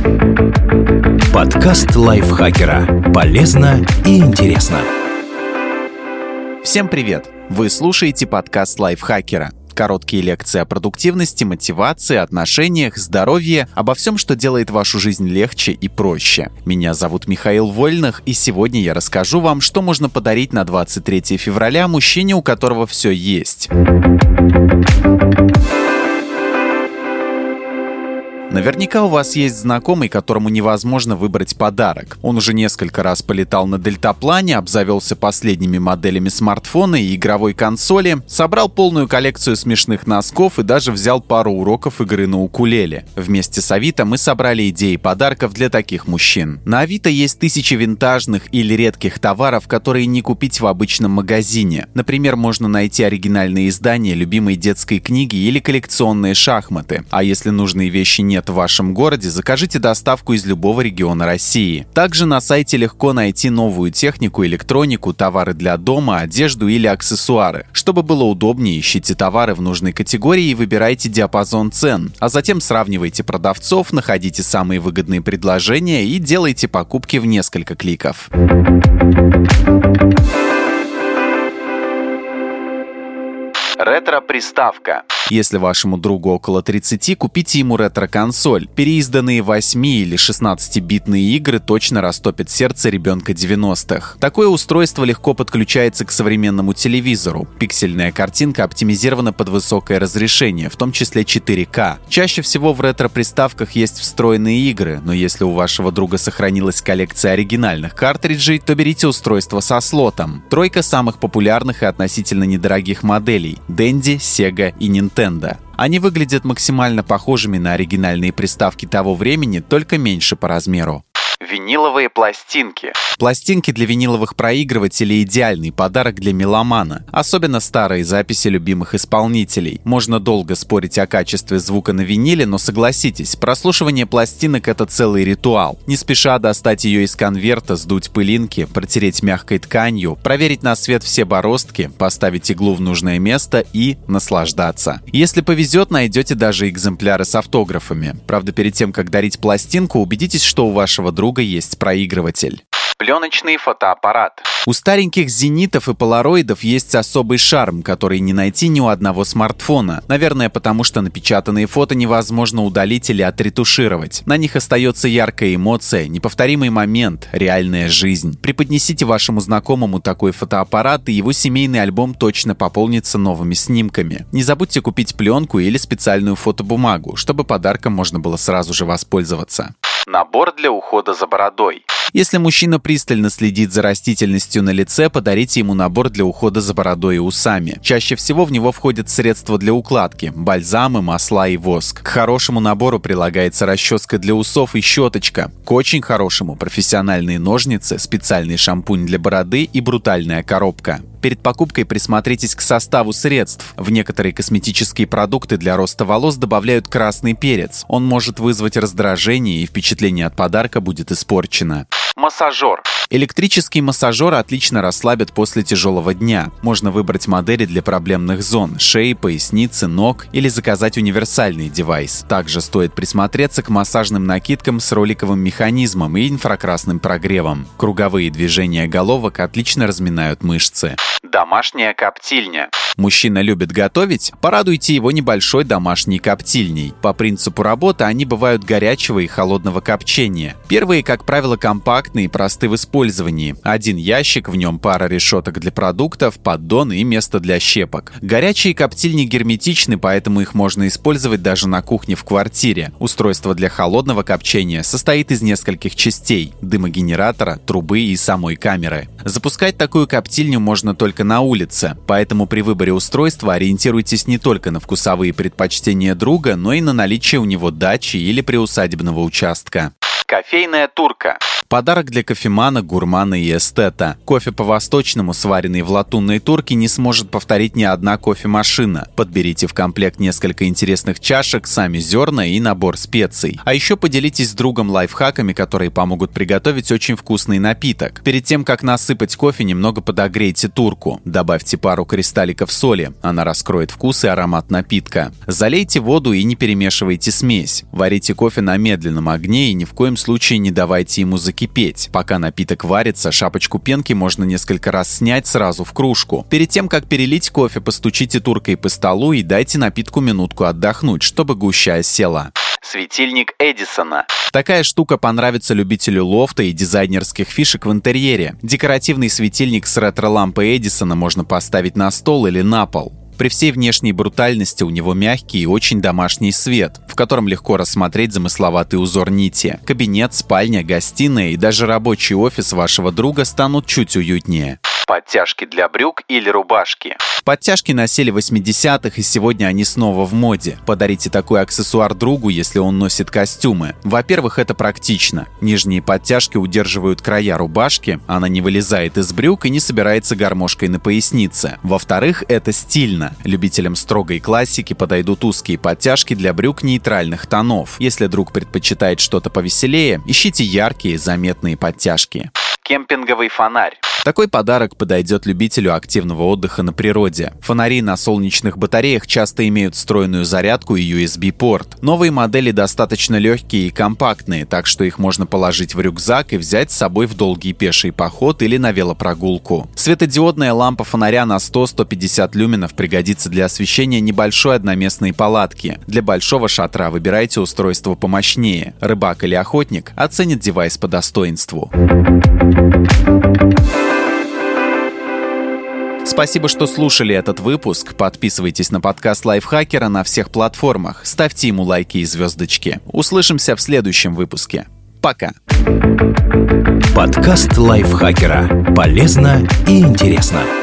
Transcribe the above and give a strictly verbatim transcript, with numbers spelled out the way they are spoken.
Подкаст лайфхакера. Полезно и интересно. Всем привет! Вы слушаете подкаст лайфхакера. Короткие лекции о продуктивности, мотивации, отношениях, здоровье, обо всем, что делает вашу жизнь легче и проще. Меня зовут Михаил Вольных, и сегодня я расскажу вам, что можно подарить на двадцать третье февраля мужчине, у которого все есть. Наверняка у вас есть знакомый, которому невозможно выбрать подарок. Он уже несколько раз полетал на дельтаплане, обзавелся последними моделями смартфона и игровой консоли, собрал полную коллекцию смешных носков и даже взял пару уроков игры на укулеле. Вместе с Авито мы собрали идеи подарков для таких мужчин. На Авито есть тысячи винтажных или редких товаров, которые не купить в обычном магазине. Например, можно найти оригинальные издания любимой детской книги или коллекционные шахматы. А если нужные вещи нет в вашем городе, закажите доставку из любого региона России. Также на сайте легко найти новую технику, электронику, товары для дома, одежду или аксессуары. Чтобы было удобнее, ищите товары в нужной категории и выбирайте диапазон цен, а затем сравнивайте продавцов, находите самые выгодные предложения и делайте покупки в несколько кликов. Ретро-приставка. Если вашему другу около тридцати, купите ему ретро-консоль. Переизданные восьми- или шестнадцатибитные игры точно растопят сердце ребенка девяностых. Такое устройство легко подключается к современному телевизору. Пиксельная картинка оптимизирована под высокое разрешение, в том числе четыре ка. Чаще всего в ретро-приставках есть встроенные игры, но если у вашего друга сохранилась коллекция оригинальных картриджей, то берите устройство со слотом. Тройка самых популярных и относительно недорогих моделей – Dendy, Sega и Nintendo. Они выглядят максимально похожими на оригинальные приставки того времени, только меньше по размеру. Виниловые пластинки. Пластинки для виниловых проигрывателей – идеальный подарок для меломана. Особенно старые записи любимых исполнителей. Можно долго спорить о качестве звука на виниле, но согласитесь, прослушивание пластинок – это целый ритуал. Не спеша достать ее из конверта, сдуть пылинки, протереть мягкой тканью, проверить на свет все бороздки, поставить иглу в нужное место и наслаждаться. Если повезет, найдете даже экземпляры с автографами. Правда, перед тем, как дарить пластинку, убедитесь, что у вашего друга есть проигрыватель. Пленочный фотоаппарат. У стареньких зенитов и полароидов есть особый шарм, который не найти ни у одного смартфона. Наверное, потому что напечатанные фото невозможно удалить или отретушировать. На них остается яркая эмоция, неповторимый момент, реальная жизнь. Преподнесите вашему знакомому такой фотоаппарат, и его семейный альбом точно пополнится новыми снимками. Не забудьте купить пленку или специальную фотобумагу, чтобы подарком можно было сразу же воспользоваться. Набор для ухода за бородой. Если мужчина пристально следит за растительностью на лице, подарите ему набор для ухода за бородой и усами. Чаще всего в него входят средства для укладки – бальзамы, масла и воск. К хорошему набору прилагается расческа для усов и щеточка. К очень хорошему – профессиональные ножницы, специальный шампунь для бороды и брутальная коробка. Перед покупкой присмотритесь к составу средств. В некоторые косметические продукты для роста волос добавляют красный перец. Он может вызвать раздражение, и впечатление от подарка будет испорчено. Массажер. Электрический массажер отлично расслабит после тяжелого дня. Можно выбрать модели для проблемных зон – шеи, поясницы, ног или заказать универсальный девайс. Также стоит присмотреться к массажным накидкам с роликовым механизмом и инфракрасным прогревом. Круговые движения головок отлично разминают мышцы. Домашняя коптильня. Мужчина любит готовить? Порадуйте его небольшой домашней коптильней. По принципу работы они бывают горячего и холодного копчения. Первые, как правило, компактные и просты в использовании. Один ящик, в нем пара решеток для продуктов, поддон и место для щепок. Горячие коптильни герметичны, поэтому их можно использовать даже на кухне в квартире. Устройство для холодного копчения состоит из нескольких частей – дымогенератора, трубы и самой камеры. Запускать такую коптильню можно только на улице, поэтому при выборе устройства ориентируйтесь не только на вкусовые предпочтения друга, но и на наличие у него дачи или приусадебного участка. Кофейная турка. Подарок для кофемана, гурмана и эстета. Кофе по-восточному, сваренный в латунной турке, не сможет повторить ни одна кофемашина. Подберите в комплект несколько интересных чашек, сами зерна и набор специй. А еще поделитесь с другом лайфхаками, которые помогут приготовить очень вкусный напиток. Перед тем, как насыпать кофе, немного подогрейте турку. Добавьте пару кристалликов соли. Она раскроет вкус и аромат напитка. Залейте воду и не перемешивайте смесь. Варите кофе на медленном огне и ни в коем случае не давайте ему закипеть. Кипеть. Пока напиток варится, шапочку пенки можно несколько раз снять сразу в кружку. Перед тем, как перелить кофе, постучите туркой по столу и дайте напитку минутку отдохнуть, чтобы гуща осела. Светильник Эдисона. Такая штука понравится любителю лофта и дизайнерских фишек в интерьере. Декоративный светильник с ретро-лампой Эдисона можно поставить на стол или на пол. При всей внешней брутальности у него мягкий и очень домашний свет, в котором легко рассмотреть замысловатый узор нити. Кабинет, спальня, гостиная и даже рабочий офис вашего друга станут чуть уютнее. Подтяжки для брюк или рубашки. Подтяжки носили в восьмидесятых, и сегодня они снова в моде. Подарите такой аксессуар другу, если он носит костюмы. Во-первых, это практично. Нижние подтяжки удерживают края рубашки, она не вылезает из брюк и не собирается гармошкой на пояснице. Во-вторых, это стильно. Любителям строгой классики подойдут узкие подтяжки для брюк нейтральных тонов. Если друг предпочитает что-то повеселее, ищите яркие, заметные подтяжки. Кемпинговый фонарь. Такой подарок подойдет любителю активного отдыха на природе. Фонари на солнечных батареях часто имеют встроенную зарядку и ю эс би-порт. Новые модели достаточно легкие и компактные, так что их можно положить в рюкзак и взять с собой в долгий пеший поход или на велопрогулку. Светодиодная лампа фонаря на сто - сто пятьдесят люменов пригодится для освещения небольшой одноместной палатки. Для большого шатра выбирайте устройство помощнее. Рыбак или охотник оценит девайс по достоинству. Спасибо, что слушали этот выпуск. Подписывайтесь на подкаст Лайфхакера на всех платформах. Ставьте ему лайки и звездочки. Услышимся в следующем выпуске. Пока. Подкаст Лайфхакера. Полезно и интересно.